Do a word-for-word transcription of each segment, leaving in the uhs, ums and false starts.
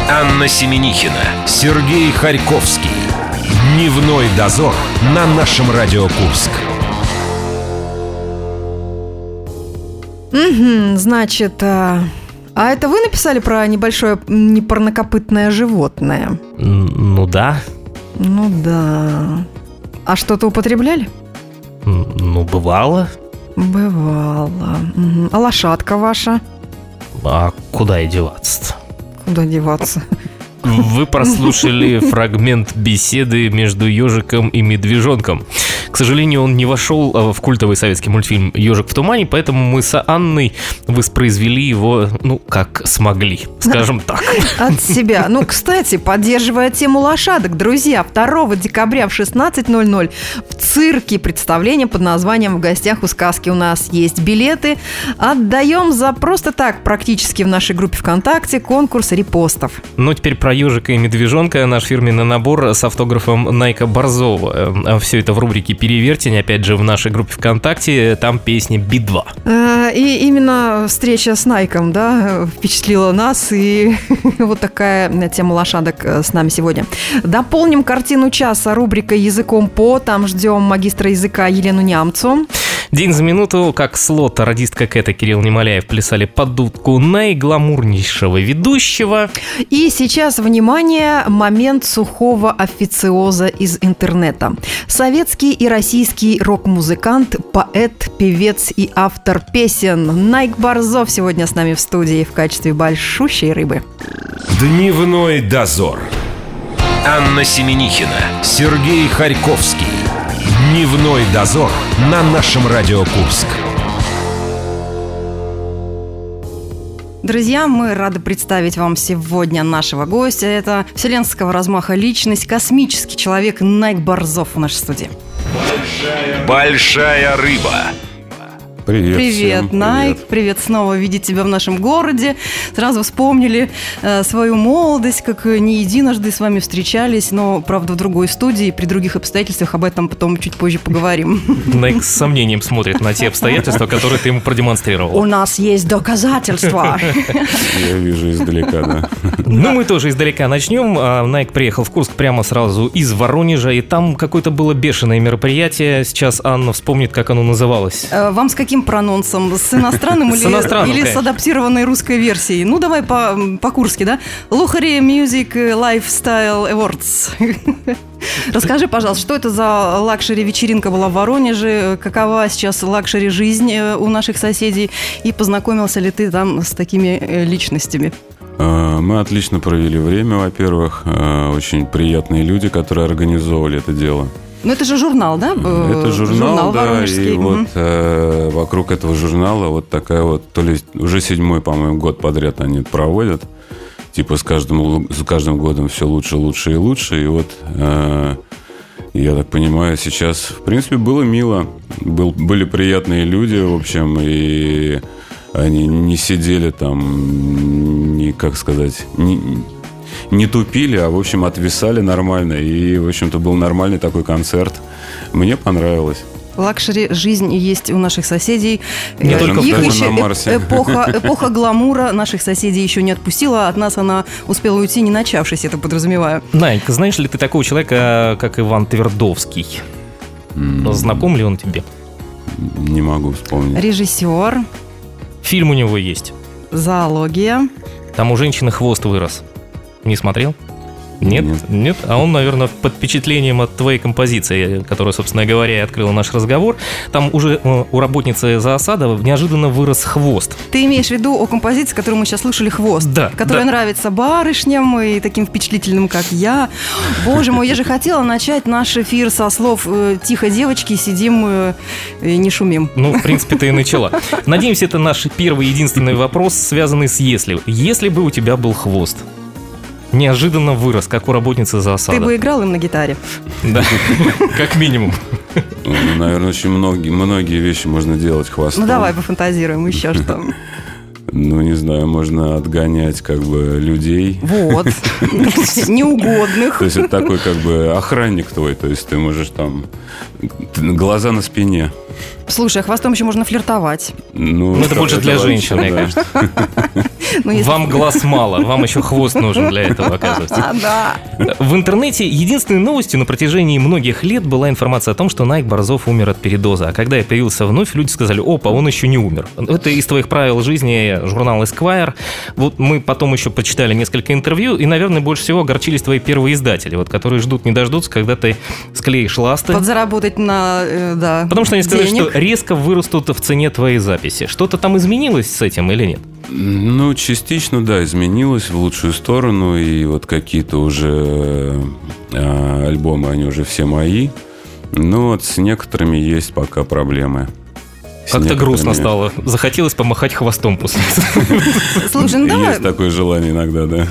Анна Семенихина, Сергей Харьковский. Дневной дозор на нашем Радио Курск. Угу, значит, а, а это вы написали про небольшое непарнокопытное животное? Ну да. Ну да. А что-то употребляли? Ну, бывало. Бывало. Угу. А лошадка ваша? А куда и деваться-то? Куда деваться? Вы прослушали фрагмент беседы между ежиком и медвежонком. К сожалению, он не вошел в культовый советский мультфильм «Ежик в тумане», поэтому мы с Анной воспроизвели его, ну, как смогли, скажем так. От себя. Ну, кстати, поддерживая тему лошадок, друзья, второго декабря в шестнадцать ноль ноль в цирке представление под названием «В гостях у сказки». У нас есть билеты. Отдаем за просто так, практически в нашей группе ВКонтакте, конкурс репостов. Ну, теперь про ежика и медвежонка. Наш фирменный набор с автографом Найка Борзова. Все это в рубрике «Перевертень», опять же, в нашей группе ВКонтакте. Там песня Би два. И именно встреча с Найком, да, впечатлила нас. И вот такая тема лошадок с нами сегодня. Дополним картину часа рубрикой «Языком по». Там ждем магистра языка Елену Нямцу. День за минуту, как слот, радистка Кэта Кирилл Немоляев плясали под дудку наигламурнейшего ведущего. И сейчас, внимание, момент сухого официоза из интернета. Советский и российский рок-музыкант, поэт, певец и автор песен Найк Борзов сегодня с нами в студии в качестве большущей рыбы. Дневной дозор. Анна Семенихина, Сергей Харьковский. Дневной дозор на нашем Радио Курск. Друзья, мы рады представить вам сегодня нашего гостя. Это вселенского размаха личность, космический человек Найк Борзов в нашей студии. Большая, Большая рыба. Привет, привет, всем, Найк, привет. привет снова видеть тебя в нашем городе. Сразу вспомнили э, свою молодость, как не единожды с вами встречались, но, правда, в другой студии, при других обстоятельствах. Об этом потом чуть позже поговорим. Найк с сомнением смотрит на те обстоятельства, которые ты ему продемонстрировал. У нас есть доказательства. Я вижу издалека, да. Ну, мы тоже издалека начнем. Найк приехал в Курск прямо сразу из Воронежа, и там какое-то было бешеное мероприятие. Сейчас Анна вспомнит, как оно называлось. Вам с каким прононсом? С иностранным или, с, иностранным, или с адаптированной русской версией? Ну, давай по- по-курски, да? Лухари Music Lifestyle Awards. Расскажи, пожалуйста, что это за лакшери-вечеринка была в Воронеже? Какова сейчас лакшери-жизнь у наших соседей? И познакомился ли ты там с такими личностями? Мы отлично провели время, во-первых. Очень приятные люди, которые организовывали это дело. Ну, это же журнал, да? Это журнал, журнал да, и угу. вот э, вокруг этого журнала вот такая вот, то ли уже седьмой, по-моему, год подряд они это проводят. Типа с каждым, с каждым годом все лучше, лучше и лучше. И вот, э, я так понимаю, сейчас, в принципе, было мило. Был, были приятные люди, в общем, и они не сидели там, не, как сказать... Не, не тупили, а, в общем, отвисали нормально. И, в общем-то, был нормальный такой концерт. Мне понравилось. Лакшери жизнь есть у наших соседей. Не Их только еще на Марсе. Эпоха, эпоха гламура наших соседей еще не отпустила. От нас она успела уйти, не начавшись, это подразумеваю. Найк, знаешь ли ты такого человека, как Иван Твердовский? Mm. Знаком ли он тебе? Не могу вспомнить. Режиссер. Фильм у него есть. Зоология. Там у женщины хвост вырос. Не смотрел? Нет? Нет? Нет? А он, наверное, под впечатлением от твоей композиции, которая, собственно говоря, и открыла наш разговор. Там уже у работницы зоосада неожиданно вырос хвост. Ты имеешь в виду о композиции, которую мы сейчас слышали, «Хвост», да, которая да. нравится барышням и таким впечатлительным, как я. Боже мой, я же хотела начать наш эфир со слов «Тихо, девочки, сидим и не шумим». Ну, в принципе, ты и начала. Надеемся, это наш первый и единственный вопрос, связанный с «если». Если бы у тебя был хвост, неожиданно вырос, как у работницы зоосада. Ты бы играл им на гитаре. Да, как минимум. Ну, наверное, очень многие, многие вещи можно делать хвостом. Ну, давай пофантазируем, еще что. Ну, не знаю, можно отгонять как бы людей. Вот. Неугодных. То есть это такой как бы охранник твой. То есть ты можешь там... Глаза на спине. Слушай, а хвостом еще можно флиртовать. Ну, это больше для женщин, мне кажется. Вам глаз мало, вам еще хвост нужен для этого, оказывается. Да. В интернете единственной новостью на протяжении многих лет была информация о том, что Найк Борзов умер от передоза. А когда я появился вновь, люди сказали: опа, он еще не умер. Это из твоих правил жизни журнал Esquire. Вот мы потом еще почитали несколько интервью, и, наверное, больше всего огорчились твои первые издатели, вот, которые ждут не дождутся, когда ты склеишь ласты. Подзаработать на, э, да, Потому что они сказали, денег. что резко вырастут в цене твои записи. Что-то там изменилось с этим или нет? Ну, частично, да, изменилось в лучшую сторону. И вот какие-то уже э, альбомы, они уже все мои. Но вот с некоторыми есть пока проблемы. С Как-то некоторыми... грустно стало. Захотелось помахать хвостом после этого. Слушай, ну давай. Есть такое желание иногда, да.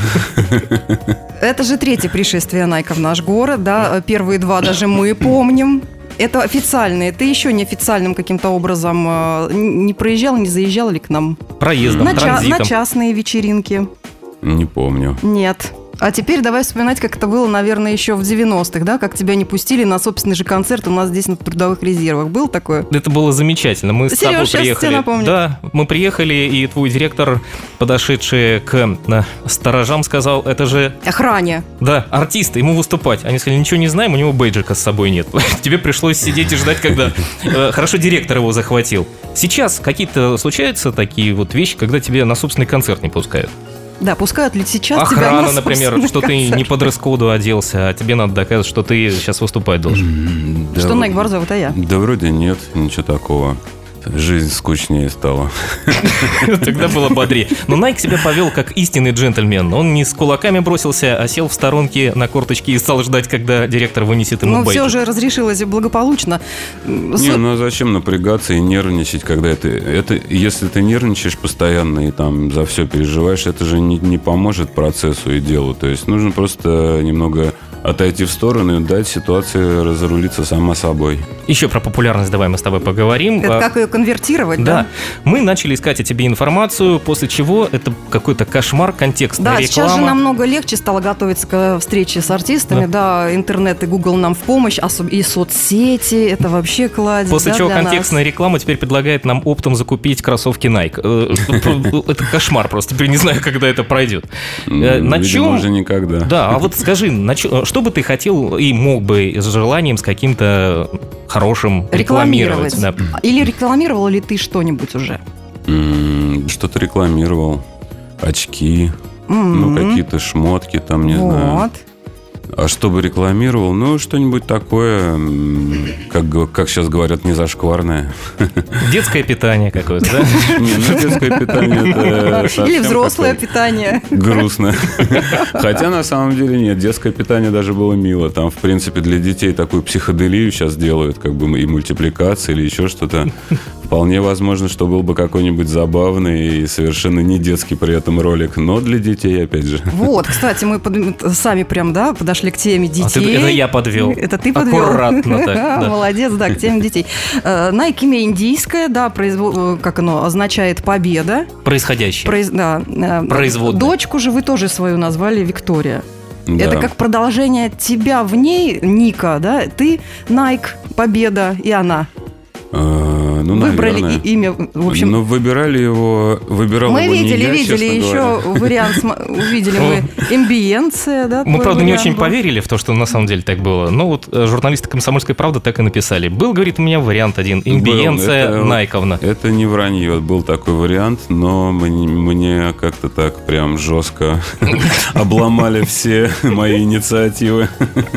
Это же третье пришествие Найка в наш город, да. Первые два даже мы помним. Это официальные. Ты еще неофициальным каким-то образом э, не проезжал, не заезжал ли к нам? Проездом, На, ча- транзитом. на частные вечеринки? Не помню. Нет. А теперь давай вспоминать, как это было, наверное, еще в девяностых, да? Как тебя не пустили на собственный же концерт у нас здесь на Трудовых резервах. Был такое? Это было замечательно. Мы с Серёж, тобой сейчас приехали. тебе напомню. Да, мы приехали, и твой директор, подошедший к э, сторожам, сказал: это же, Охране. да, артист, ему выступать. Они сказали: ничего не знаем, у него бейджика с собой нет. Тебе пришлось сидеть и ждать, когда... э, Хорошо, директор его захватил. Сейчас какие-то случаются такие вот вещи, когда тебе на собственный концерт не пускают? Да, пускают ли сейчас тебя Охрана, на например, собственный что ты концерт? не по дресс-коду оделся, а тебе надо доказывать, что ты сейчас выступать должен. Да, Что Найк Борзов, это я. Да вроде нет, ничего такого. Жизнь скучнее стала. Тогда было бодрее. Но Найк себя повел как истинный джентльмен. Он не с кулаками бросился, а сел в сторонке на корточки и стал ждать, когда директор вынесет ему Но бейджик. все же разрешилось благополучно. Не, ну а зачем напрягаться и нервничать, когда это... это если ты нервничаешь постоянно и там за все переживаешь, это же не, не поможет процессу и делу. То есть нужно просто немного отойти в сторону и дать ситуации разрулиться сама собой. Еще про популярность давай мы с тобой поговорим. Это А, как ее конвертировать, Да, да? мы начали искать о тебе информацию, после чего это какой-то кошмар, контекстная Да, реклама. сейчас же намного легче стало готовиться к встрече с артистами, да, интернет и Google нам в помощь, особ- и соцсети, это вообще кладезь, После да, чего для нас. контекстная реклама теперь предлагает нам оптом закупить кроссовки Nike. Э, Это кошмар просто. Теперь не знаю, когда это пройдет. Э, На Видимо, чем... уже никогда. Да, а вот скажи, на чё- что бы ты хотел и мог бы с желанием, с каким-то хорошим рекламировать? Рекламировать. Да. Или рекламировал ли ты что-нибудь уже? М, Что-то рекламировал. Очки, ну, М-м. какие-то шмотки там, не знаю. Вот. А что бы рекламировал? Ну, что-нибудь такое, м, как, г- как сейчас говорят, не зашкварное. Детское питание какое-то, да? Не, ну, детское питание это Или совсем взрослое как-то питание. грустно. Хотя на самом деле нет, детское питание даже было мило. Там, в принципе, для детей такую психоделию сейчас делают, как бы и мультипликация или еще что-то. Вполне возможно, что был бы какой-нибудь забавный и совершенно не детский при этом ролик, но для детей, опять же. Вот, кстати, мы под- сами прям, да, подошли к теме детей. А ты- это я подвел. Это ты подвел. Аккуратно так, да. Молодец, да, к теме детей. Э, Nike имя индийское, да, произво- э, как оно означает победа. Происходящее. Произ- да, э, Производная. Дочку же вы тоже свою назвали Виктория. Да. Это как продолжение тебя в ней, Ника, да? Ты Nike, победа и она. А, ну, Выбрали наверное. и- имя, в общем. Ну, выбирали его, выбирал Мы его не видели, я, видели честно еще говоря. вариант, см- увидели мы эмбиенция, да? Мы, твой правда, не вариант очень был. поверили в то, что на самом деле так было. Но вот э, журналисты «Комсомольской правды» так и написали. Был, говорит, у меня вариант один. Имбиенция Это- Найковна. Это не вранье, был такой вариант, но мне, мне как-то так прям жестко обломали все мои инициативы.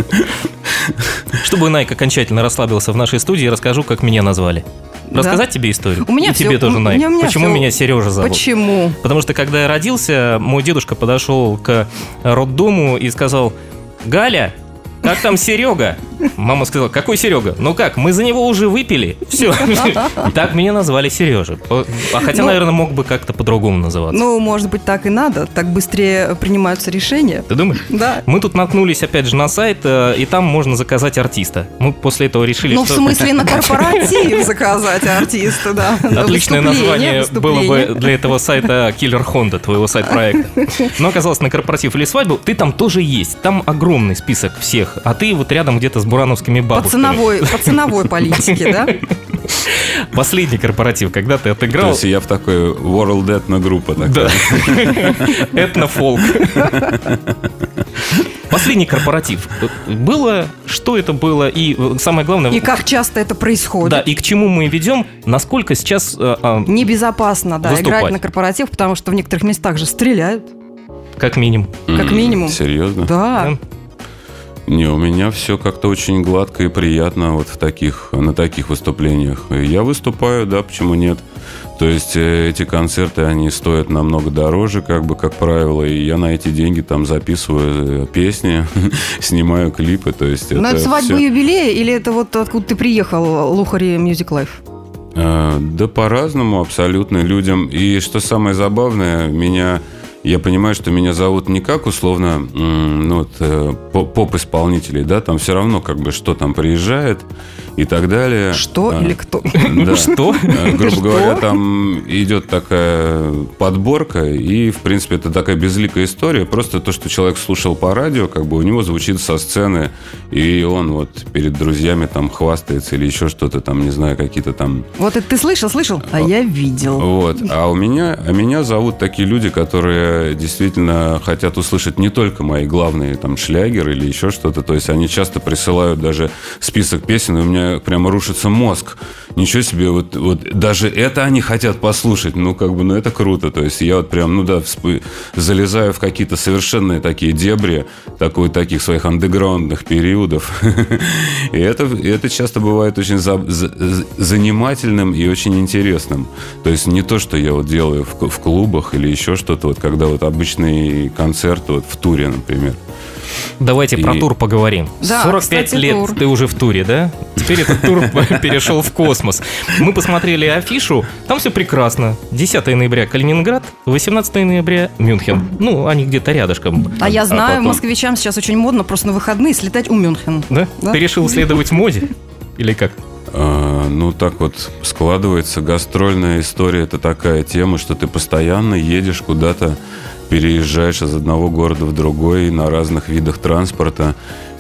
Чтобы Найк окончательно расслабился в нашей студии, расскажу, как меня назвали. Рассказать тебе историю? У меня И тебе всё- тоже, у Найк. меня- у меня Почему всё- меня Сережа зовут? Почему? Потому что, когда я родился, мой дедушка подошел к роддому и сказал: «Галя, как там Серега?» Мама сказала: «Какой Серега? Ну как, мы за него уже выпили. Все». Так меня назвали Сережа. А хотя, Ну, наверное, мог бы как-то по-другому называться. Ну, может быть, так и надо. Так быстрее принимаются решения. Ты думаешь? Да. Мы тут наткнулись, опять же, на сайт, э, и там можно заказать артиста. Мы после этого решили, Ну, в что... смысле, на корпоратив заказать артиста, да. На Отличное выступление, название было выступление. бы для этого сайта Killer Honda, твоего сайт-проекта. Но оказалось, на корпоратив или свадьбу ты там тоже есть. Там огромный список всех, а ты вот рядом где-то с бурановскими По бабушками. ценовой, по ценовой политике, да? Последний корпоратив, когда ты отыграл... То есть я в такой World Ethno-группа Да. такая. Этнофолк. Последний корпоратив. Было, что это было, и самое главное... И как часто это происходит. Да, и к чему мы ведем, насколько сейчас... а, а, Небезопасно, да, Выступать. играть на корпоратив, потому что в некоторых местах же стреляют. как минимум. Как минимум. Серьезно? Да. Да. Не, у меня все как-то очень гладко и приятно вот в таких, на таких выступлениях. И я выступаю, да, почему нет? То есть э, эти концерты, они стоят намного дороже, как бы, как правило, и я на эти деньги там записываю э, песни, снимаю клипы, то есть Но это свадьба, всё- юбилей, или это вот откуда ты приехал, Лухари Music Life? Э, Да по-разному абсолютно людям. И что самое забавное, меня... Я понимаю, что меня зовут не как условно м, ну, вот, э, по- поп-исполнителей, да, там все равно как бы что там приезжает и так далее. Что А, или кто? да. Что? Э, Грубо Что? говоря, там идет такая подборка, и, в принципе, это такая безликая история. Просто то, что человек слушал по радио, как бы у него звучит со сцены, и он вот перед друзьями там хвастается или еще что-то там, не знаю, какие-то там... Вот это ты слышал, слышал? А я видел. Вот. А у меня, а меня зовут такие люди, которые действительно хотят услышать не только мои главные там шлягеры или еще что-то. То есть они часто присылают даже список песен, и у меня прямо рушится мозг. Ничего себе, вот, вот даже это они хотят послушать. Ну, как бы, ну, это круто. То есть я вот прям, ну да, всп- залезаю в какие-то совершенные такие дебри, такой, таких своих андеграундных периодов. И это, и это часто бывает очень за- за- занимательным и очень интересным. То есть не то, что я вот делаю в, в клубах или еще что-то, вот когда вот обычный концерт вот в туре, например. Давайте И- про тур поговорим. Да, сорок пять кстати, лет тур. ты уже в туре, да? Теперь этот тур перешел в космос. Мы посмотрели афишу, там все прекрасно. десятого ноября Калининград, восемнадцатого ноября Мюнхен. Ну, они где-то рядышком. А я знаю, потом- москвичам сейчас очень модно просто на выходные слетать у Мюнхена. Да? Да. Ты решил следовать моде? Или как? А, ну, так вот складывается. Гастрольная история – это такая тема, что ты постоянно едешь куда-то, переезжаешь из одного города в другой на разных видах транспорта.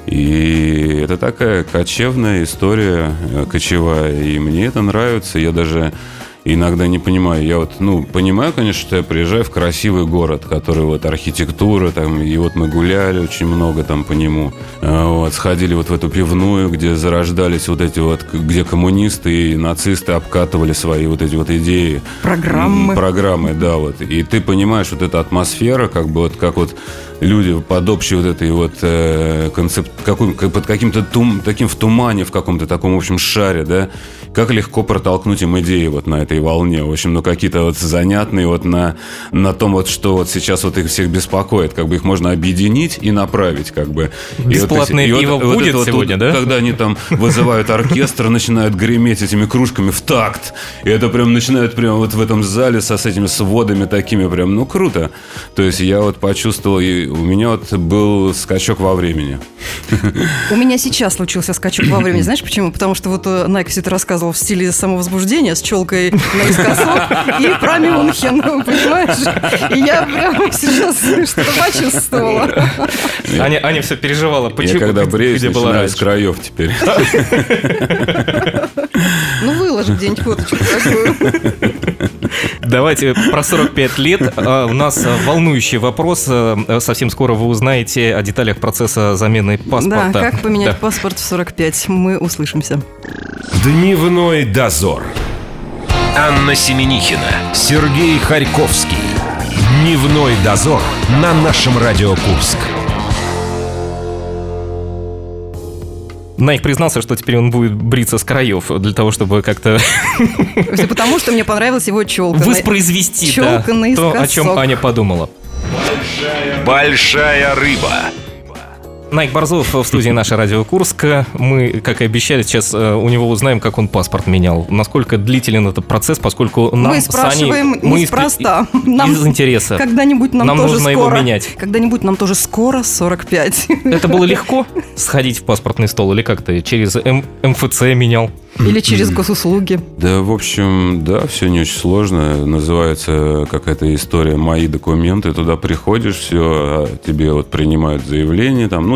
И это такая кочевная история, э, кочевая. И мне это нравится. Я даже иногда не понимаю. Я вот, ну, понимаю, конечно, что я приезжаю в красивый город, который вот архитектура, там, и вот мы гуляли очень много там по нему. А, Вот, сходили вот в эту пивную, где зарождались вот эти вот, где коммунисты и нацисты обкатывали свои вот эти вот идеи. Программы. М, Программы, да, вот. И ты понимаешь, вот эта атмосфера, как бы вот, как вот люди под общей вот этой вот э, концепт, какой, как, под каким-то тум, таким в тумане, в каком-то таком, в общем, шаре, да, как легко протолкнуть им идеи вот на этой волне. В общем, ну, какие-то вот занятные вот на, на том вот, что вот сейчас вот их всех беспокоит, как бы их можно объединить и направить, как бы. И вот Бесплатное эти- и пиво вот- вот будет это вот сегодня, тут, да? Когда они там вызывают оркестр, начинают греметь этими кружками в такт, и это прям начинают прямо вот в этом зале со с этими сводами такими прям, ну, круто. То есть я вот почувствовал, и у меня вот был скачок во времени. У меня сейчас случился скачок во времени. Знаешь почему? Потому что вот э, Найк все это рассказывал в стиле самовозбуждения с челкой наискосок и про Мюнхен, понимаешь? И я прямо сейчас что-то почувствовала. Аня, Аня все переживала. Почему? Я когда бреюсь, Где была начинаю с раньше? краев теперь. Ну, выложи где-нибудь фоточку такую. Давайте про сорок пять лет. А, У нас а, волнующий вопрос. А, Совсем скоро вы узнаете о деталях процесса замены паспорта. Да, как поменять Да. паспорт в сорок пять. Мы услышимся. Дневной дозор. Анна Семенихина, Сергей Харьковский. Дневной дозор на нашем Радио Курск. Найк признался, что теперь он будет бриться с краев для того, чтобы как-то Все потому, что мне понравилась его челка. воспроизвести да, Челка то, наискосок. о чем Аня подумала. Большая рыба. Найк Борзов в студии «Наша Радио Курск». Мы, как и обещали, сейчас э, у него узнаем, как он паспорт менял. Насколько длителен этот процесс, поскольку нам Мы с Аней- спрашиваем мы из- неспроста. из Нам интереса. Когда-нибудь нам, Нам тоже нужно его скоро. менять. Когда-нибудь нам тоже скоро сорок пять. Это было легко сходить в паспортный стол или как ты через М- МФЦ менял? Или через госуслуги. Да, в общем, да, все не очень сложно. Называется какая-то история «Мои документы». Туда приходишь, все, тебе вот принимают заявление, там, ну,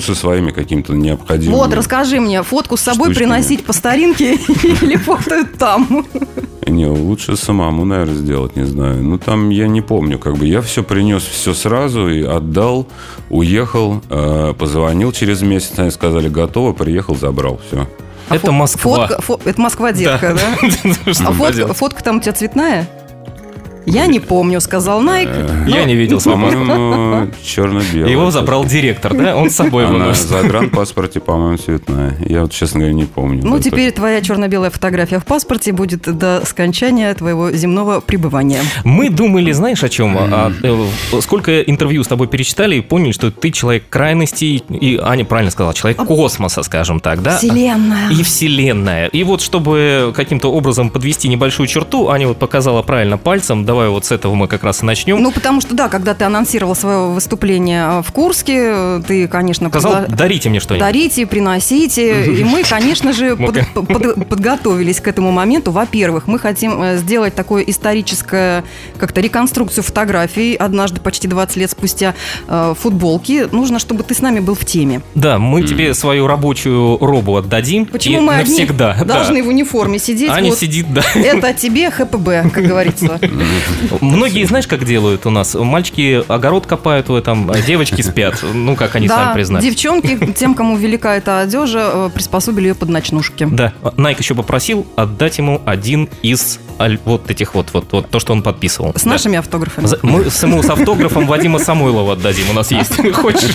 со своими какими-то необходимыми. Вот, расскажи мне, фотку с собой штучками. Приносить по старинке или фотают там? Не, лучше самому, наверное, сделать, не знаю. Ну, там я не помню, как бы. Я все принес, все сразу и отдал, уехал, э, позвонил через месяц, они сказали, готово, приехал, забрал, все. А это фо- Москва. Фотка, фо- это Москва, детка, да? Что А фотка, поделать? фотка там у тебя цветная? Я не помню, сказал Найк. Я не видел самого. По-моему, черно-белый. Его забрал директор, да? Он с собой Она выносит. в загранпаспорте, по-моему, цветная. Я вот, честно говоря, не помню. Ну, Да, теперь твоя черно-белая фотография в паспорте будет до скончания твоего земного пребывания. Мы думали, знаешь, о чем? А, э, сколько интервью с тобой перечитали и поняли, что ты человек крайностей, и Аня правильно сказала, человек космоса, скажем так, да? Вселенная. И вселенная. И вот, чтобы каким-то образом подвести небольшую черту, Аня вот показала правильно пальцем. Давай вот с этого мы как раз и начнем. Ну, потому что, да, когда ты анонсировал свое выступление в Курске, ты, конечно... Сказал, предла- дарите мне что-нибудь. Дарите, приносите. И мы, конечно же, под- под- подготовились к этому моменту. Во-первых, мы хотим э, сделать такое историческое, как-то реконструкцию фотографий. Однажды, почти двадцать лет спустя, э, футболки. Нужно, чтобы ты с нами был в теме. Да, мы тебе свою рабочую робу отдадим. Почему и мы навсегда. одни да. должны в униформе сидеть? Аня Вот сидит, да. Это тебе ХПБ, как говорится. Многие, знаешь, как делают у нас? Мальчики огород копают в этом, а девочки спят. Ну, как они сами Да, признали. девчонки, тем, кому велика эта одежа, э, приспособили ее под ночнушки. Да, Найк еще попросил отдать ему один из аль- вот этих вот, вот, вот то, что он подписывал. С Да. нашими автографами. За- Мы с ему с автографом Вадима Самойлова отдадим. У нас есть. Хочешь?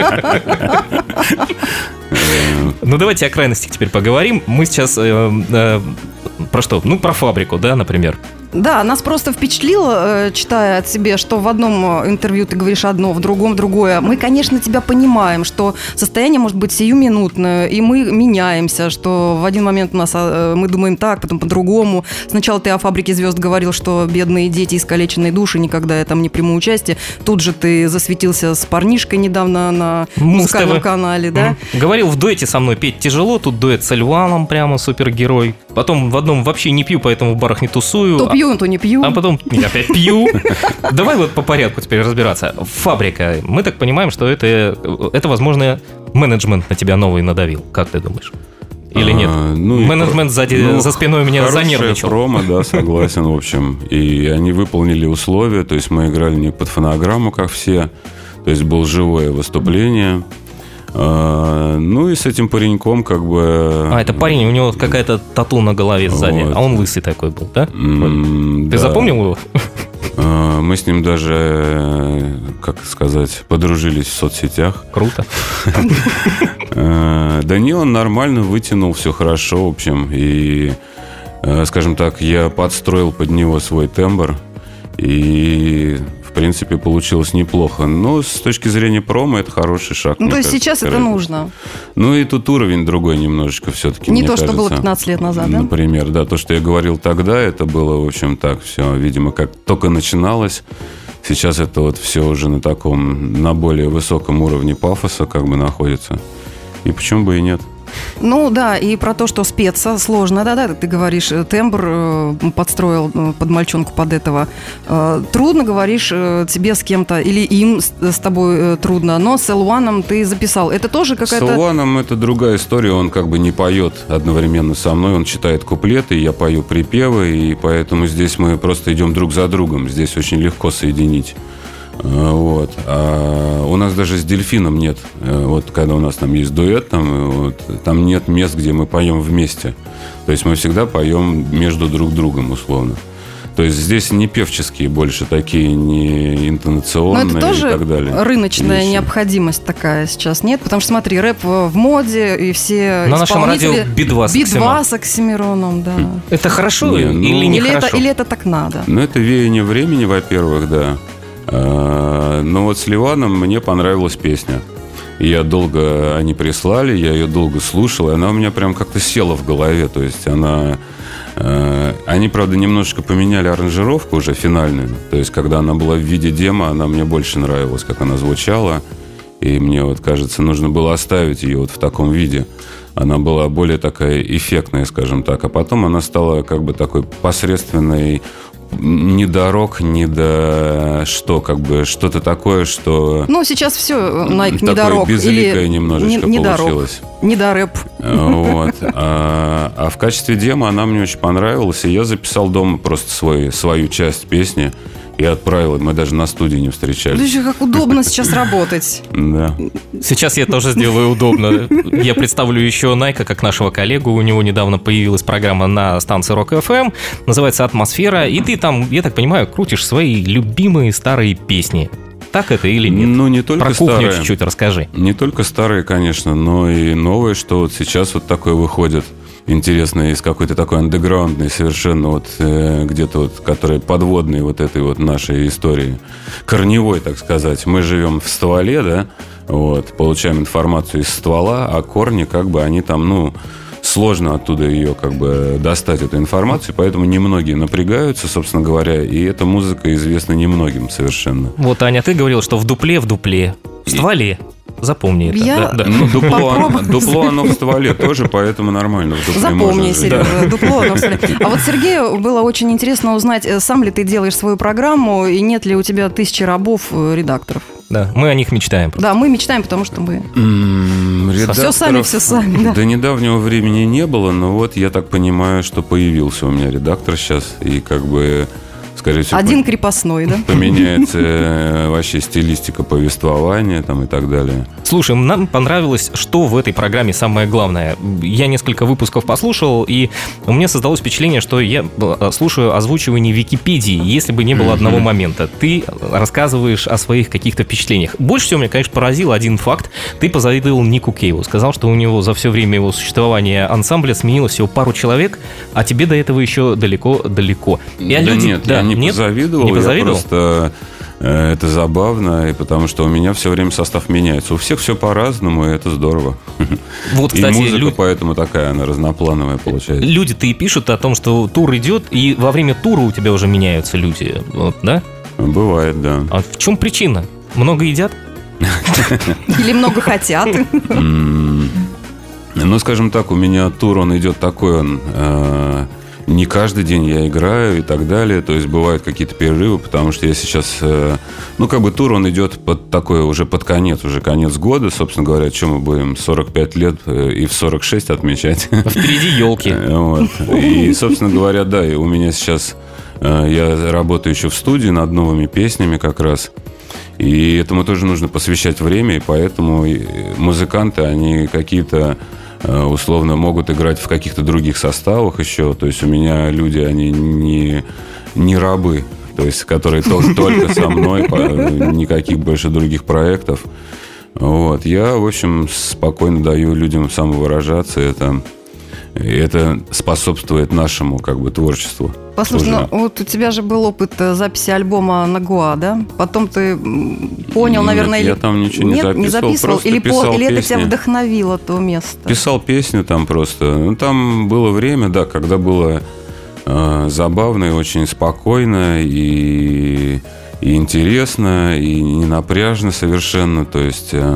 Ну, давайте о крайностях теперь поговорим. Мы сейчас э, э, про что? Ну, про фабрику, да, например. Да, нас просто впечатлило, э, читая от себя, что в одном интервью ты говоришь одно, в другом другое. Мы, конечно, тебя понимаем, что состояние может быть сиюминутное, и мы меняемся, что в один момент у нас э, мы думаем так, потом по-другому. Сначала ты о «Фабрике звезд» говорил, что бедные дети, искалеченные души, никогда я там не приму участие. Тут же ты засветился с парнишкой недавно на музыкальном Муз-ТВ. канале, да? Мгм. Говорил, в дуэте со мной петь тяжело, тут дуэт с Льваном прямо супергерой. Потом в одном вообще не пью, поэтому в барах не тусую. То пью, то не пью. А потом я опять пью. Давай вот по порядку теперь разбираться. Фабрика. Мы так понимаем, что это, это возможно, менеджмент на тебя новый надавил. Как ты думаешь? Или нет? А, ну и Менеджмент про- сзади, ну, за спиной у меня хорошее занервничал. промо, да, согласен, в общем. И они выполнили условия, то есть мы играли не под фонограмму, как все, то есть было живое выступление. А, ну и с этим пареньком как бы... А, это парень, у него какая-то тату на голове сзади, Вот. а он лысый такой был, да? М, Ты да. запомнил его? А, мы с ним даже, э, как сказать, подружились в соцсетях. Круто. Э, Да не, он нормально вытянул, все хорошо, в общем. И, э, скажем так, я подстроил под него свой тембр. И, в принципе, получилось неплохо. Но с точки зрения промо это хороший шаг. Ну, мне то есть кажется, сейчас это вперед. нужно. Ну, и тут уровень другой немножечко все-таки, Не мне то, что было кажется. пятнадцать лет назад, да? Например, да, то, что я говорил тогда, это было, в общем, так все, видимо, как только начиналось. Сейчас это вот все уже на таком, на более высоком уровне пафоса как бы находится. И почему бы и нет? Ну да, и про то, что спеться сложно, да-да, ты говоришь, э, тембр э, подстроил э, под мальчонку под этого. Э, Трудно, говоришь, э, тебе с кем-то, или им с, с тобой э, трудно, но с Элваном ты записал. Это тоже С какая-то... Илваном это другая история, он как бы не поет одновременно со мной, он читает куплеты, я пою припевы, и поэтому здесь мы просто идем друг за другом, здесь очень легко соединить. А, Вот. А у нас даже с дельфином нет. э, Вот когда у нас там есть дуэт, там, э, вот, там нет мест, где мы поем вместе. То есть мы всегда поем между друг другом, условно. То есть здесь не певческие больше такие, не Но интонационные это и тоже так далее. рыночная вещи. необходимость такая сейчас, нет? Потому что, смотри, рэп в в моде, и все На нашем радио исполнители... Би-два с Оксимироном. Би-два с Оксимироном, да. Это хорошо Не, ну- или Или это, нехорошо? или это так надо? Ну, это веяние времени, во-первых, да. А, Но вот с Ливаном мне понравилась песня. И я долго, они прислали, я ее долго слушал, и она у меня прям как-то села в голове. То есть она... э, Они, правда, немножечко поменяли аранжировку уже финальную. То есть, когда она была в виде демо, она мне больше нравилась, как она звучала. И мне вот кажется, нужно было оставить ее вот в таком виде. Она была более такая эффектная, скажем так. А потом она стала как бы такой посредственной ни до рок, ни до что, как бы, что-то такое, что... Ну, сейчас все, Найк, не до рок. Безликое немножечко не, не получилось. Не до рэп. Вот. А, а в качестве демо она мне очень понравилась, и я записал дома просто свой, свою часть песни и отправил. Мы даже на студии не встречались. Слушай, как удобно сейчас работать. Да. Сейчас я тоже сделаю удобно. Я представлю еще Найка как нашего коллегу. У него недавно появилась программа на станции Рок эф эм. Называется «Атмосфера». И ты там, я так понимаю, крутишь свои любимые старые песни. Так это или нет? Ну, не только Про кухню старые. чуть-чуть расскажи. Не только старые, конечно, но и новые, что вот сейчас вот такое выходит. Интересно, из какой-то такой андеграундной совершенно вот э, где-то вот, которая подводной вот этой вот нашей истории. Корневой, так сказать. Мы живем в стволе, да, вот, получаем информацию из ствола, а корни как бы они там, ну... Сложно оттуда ее как бы достать, эту информацию, поэтому немногие напрягаются, собственно говоря, и эта музыка известна немногим совершенно. Вот, Аня, ты говорила, что в дупле, в дупле, в стволе. Запомни это. Я... Да, да. Ну, дупло, оно, дупло оно в стволе тоже, поэтому нормально в дупле. Запомни, Сережа, Да. дупло оно в стволе. А вот Сергею было очень интересно узнать, сам ли ты делаешь свою программу, и нет ли у тебя тысячи рабов э, редакторов. Да, мы о них мечтаем. просто. Да, мы мечтаем, потому что мы... М, Все сами, редакторов все сами, да. До недавнего времени не было, но вот я так понимаю, что появился у меня редактор сейчас, и как бы, скорее всего, Один крепостной, да? поменяется э, вообще стилистика повествования там и так далее. Слушай, нам понравилось, что в этой программе самое главное. Я несколько выпусков послушал, и у меня создалось впечатление, что я слушаю озвучивание Википедии, если бы не было одного момента. Ты рассказываешь о своих каких-то впечатлениях. Больше всего меня, конечно, поразил один факт. Ты позавидовал Нику Кейву. Сказал, что у него за все время его существования ансамбля сменилось всего пару человек, а тебе до этого еще далеко-далеко. И Да люди- нет, да, я не нет? позавидовал, Не позавидовал? я просто... э, Это забавно, и потому что у меня все время состав меняется. У всех все по-разному, и это здорово. Вот, И кстати, музыка люди- поэтому такая, она разноплановая получается. Люди-то и пишут о том, что тур идет, и во время тура у тебя уже меняются люди, вот, да? Бывает, да. А в чем причина? Много едят? Или много хотят. М, Ну, скажем так, у меня тур, он идет такой, он э, не каждый день я играю и так далее. То есть бывают какие-то перерывы, потому что я сейчас... э, ну, как бы тур, он идет под такой, уже под конец, уже конец года. Собственно говоря, что мы будем сорок пять лет э, и в сорок шесть отмечать. Впереди елки. Э, Вот. И, собственно говоря, да, и у меня сейчас... э, Я работаю еще в студии над новыми песнями как раз. И этому тоже нужно посвящать время, и поэтому и музыканты, они какие-то э, условно могут играть в каких-то других составах еще. То есть у меня люди, они не, не рабы, то есть которые тол- только со мной, по- никаких больше других проектов. Вот. Я, в общем, спокойно даю людям самовыражаться. Это, и это способствует нашему как бы творчеству. Послушай, Уже. ну вот у тебя же был опыт э, записи альбома на Гоа, да? Потом ты м, понял, Нет, наверное, я или... там ничего не Нет, записывал, не записывал? просто Или, по- писал или это тебя песни. вдохновило, то место? Писал песню там просто. Ну, там было время, да, когда было э, забавно и очень спокойно, и, и интересно, и не напряжно совершенно. То есть, э,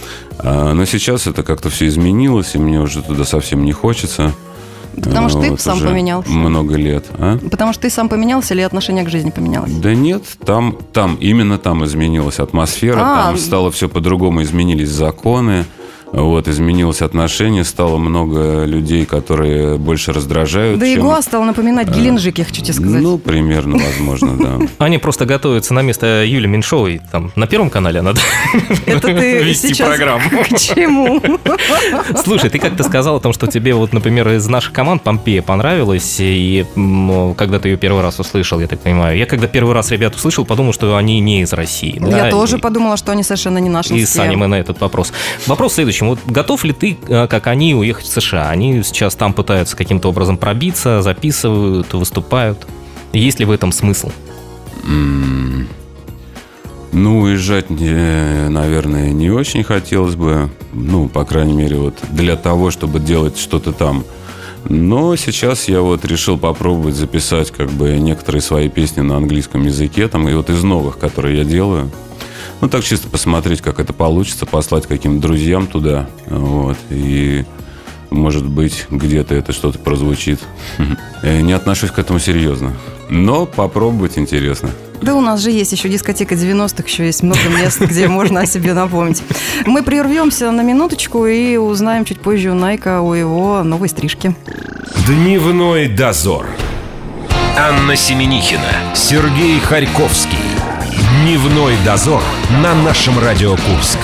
э, но сейчас это как-то все изменилось, и мне уже туда совсем не хочется. Потому что Э, ты вот сам уже поменялся. Много лет. А? Потому что ты сам поменялся или отношение к жизни поменялось? Да нет, там, там, именно там изменилась атмосфера, А. там стало все по-другому, изменились законы, вот, изменилось отношение, стало много людей, которые больше раздражают, Да и чем... Гоа стал напоминать Геленджик, я хочу тебе сказать. Ну, примерно, возможно, да. Они просто готовятся на место Юли Меньшовой. Там на Первом канале надо Это ты вести сейчас программу. к чему? Слушай, ты как-то сказал о том, что тебе вот, например, из наших команд Помпея понравилась, и м, когда ты ее первый раз услышал, я так понимаю. Я когда первый раз ребят услышал, подумал, что они не из России. да, Я тоже и- подумала, что они совершенно не нашинские. И с Саней мы на этот вопрос. Вопрос в следующем. Вот готов ли ты, э, как они, уехать в США? Они сейчас там пытаются каким-то образом пробиться, записывают, выступают. Есть ли в этом смысл? М, Ну, уезжать, э, наверное, не очень хотелось бы. Ну, по крайней мере, вот для того, чтобы делать что-то там. Но сейчас я вот решил попробовать записать как бы некоторые свои песни на английском языке. Там, и вот из новых, которые я делаю. Ну, так чисто посмотреть, как это получится, послать каким-то друзьям туда. Вот. И, может быть, где-то это что-то прозвучит. Э, Не отношусь к этому серьезно. Но попробовать интересно. Да у нас же есть еще дискотека девяностых, еще есть много мест, где можно о себе напомнить. Мы прервемся на минуточку и узнаем чуть позже у Найка о его новой стрижке. Дневной дозор. Анна Семенихина, Сергей Харьковский. Дневной дозор на нашем Радио Курск.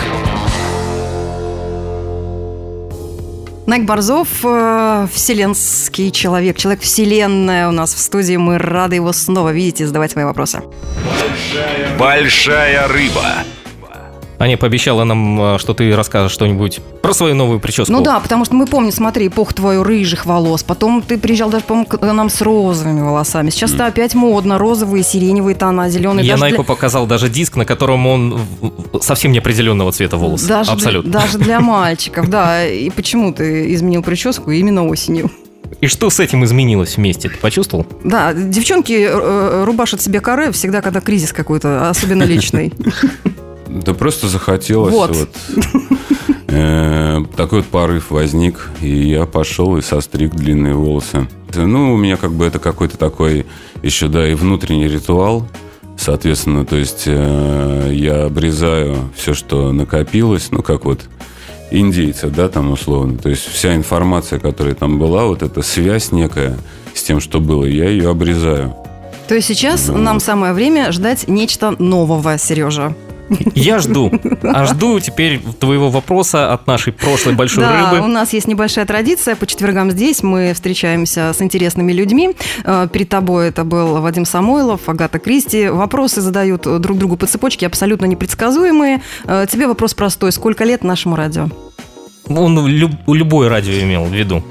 Найк Борзов, э, вселенский человек, человек-вселенная у нас в студии. Мы рады его снова видеть и задавать свои вопросы. Большая рыба. Аня пообещала нам, что ты расскажешь что-нибудь про свою новую прическу. Ну да, потому что мы помним, смотри, эпоху твою рыжих волос. Потом ты приезжал даже, по-моему, к нам с розовыми волосами. Сейчас-то mm. опять модно. Розовые, сиреневые тона, зеленые. Я даже Найку для... показал даже диск, на котором он совсем неопределенного цвета волос. Даже Абсолютно. Для, даже для мальчиков, да. И почему ты изменил прическу именно осенью? И что с этим изменилось вместе? Ты почувствовал? Да, девчонки э, рубашат себе каре всегда, когда кризис какой-то, особенно личный. Да просто захотелось. Вот. вот э, такой вот порыв возник, и я пошел и состриг длинные волосы. Ну, у меня как бы это какой-то такой еще, да, и внутренний ритуал. Соответственно, то есть э, я обрезаю все, что накопилось, ну, как вот индейцы, да, там условно. То есть вся информация, которая там была, вот эта связь некая с тем, что было, я ее обрезаю. То есть сейчас ну. нам самое время ждать нечто нового, Сережа. Я жду. А жду теперь твоего вопроса от нашей прошлой большой да, рыбы. У нас есть небольшая традиция. По четвергам здесь мы встречаемся с интересными людьми. Перед тобой это был Вадим Самойлов, Агата Кристи. Вопросы задают друг другу по цепочке, абсолютно непредсказуемые. Тебе вопрос простой. Сколько лет нашему радио? Он люб, любое радио имел в виду.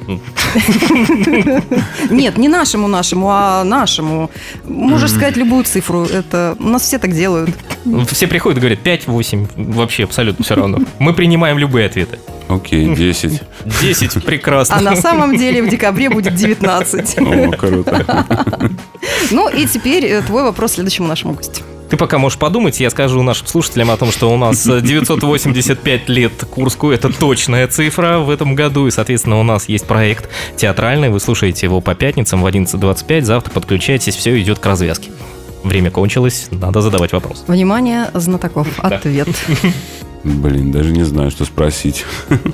Нет, не нашему нашему, а нашему. Можешь сказать любую цифру. Это у нас все так делают. Все приходят и говорят пять-восемь. Вообще абсолютно все равно. Мы принимаем любые ответы. Окей, десять. десять, прекрасно. А на самом деле в декабре будет девятнадцать. О, круто. Ну и теперь твой вопрос следующему нашему гостю. Ты пока можешь подумать, я скажу нашим слушателям о том, что у нас девятьсот восемьдесят пять лет Курску, это точная цифра в этом году, и, соответственно, у нас есть проект театральный, вы слушаете его по пятницам в одиннадцать двадцать пять, завтра подключайтесь, все идет к развязке. Время кончилось, надо задавать вопрос. Внимание, знатоков, ответ. Блин, даже не знаю, что спросить.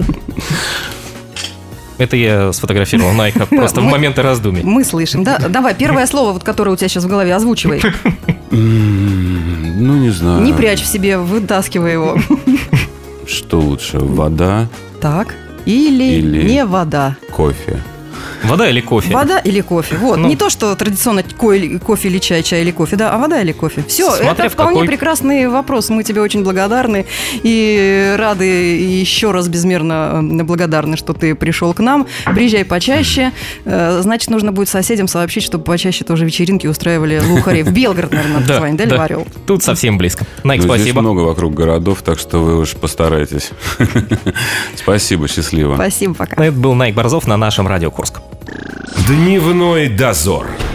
Это я сфотографировал Найка просто в моменты раздумий. Мы слышим, да? Давай, первое слово, вот, которое у тебя сейчас в голове, озвучивай. Ну, не знаю. Не прячь в себе, вытаскивай его. Что лучше, вода? Так. Или, или не вода? Кофе. Вода или кофе? Вода или кофе. Вот. Ну, не то, что традиционно кофе или чай, чай или кофе, да, а вода или кофе. Все, это вполне какой... прекрасный вопрос. Мы тебе очень благодарны и рады, и еще раз безмерно благодарны, что ты пришел к нам. Приезжай почаще. Значит, нужно будет соседям сообщить, чтобы почаще тоже вечеринки устраивали лухари. В Белгород, наверное, надо звонить, да, или в Орел? Тут совсем близко. Найк, спасибо. Здесь много вокруг городов, так что вы уж постарайтесь. Спасибо, счастливо. Спасибо, пока. Это был Найк Борзов на нашем Радио Курск. Дневной дозор.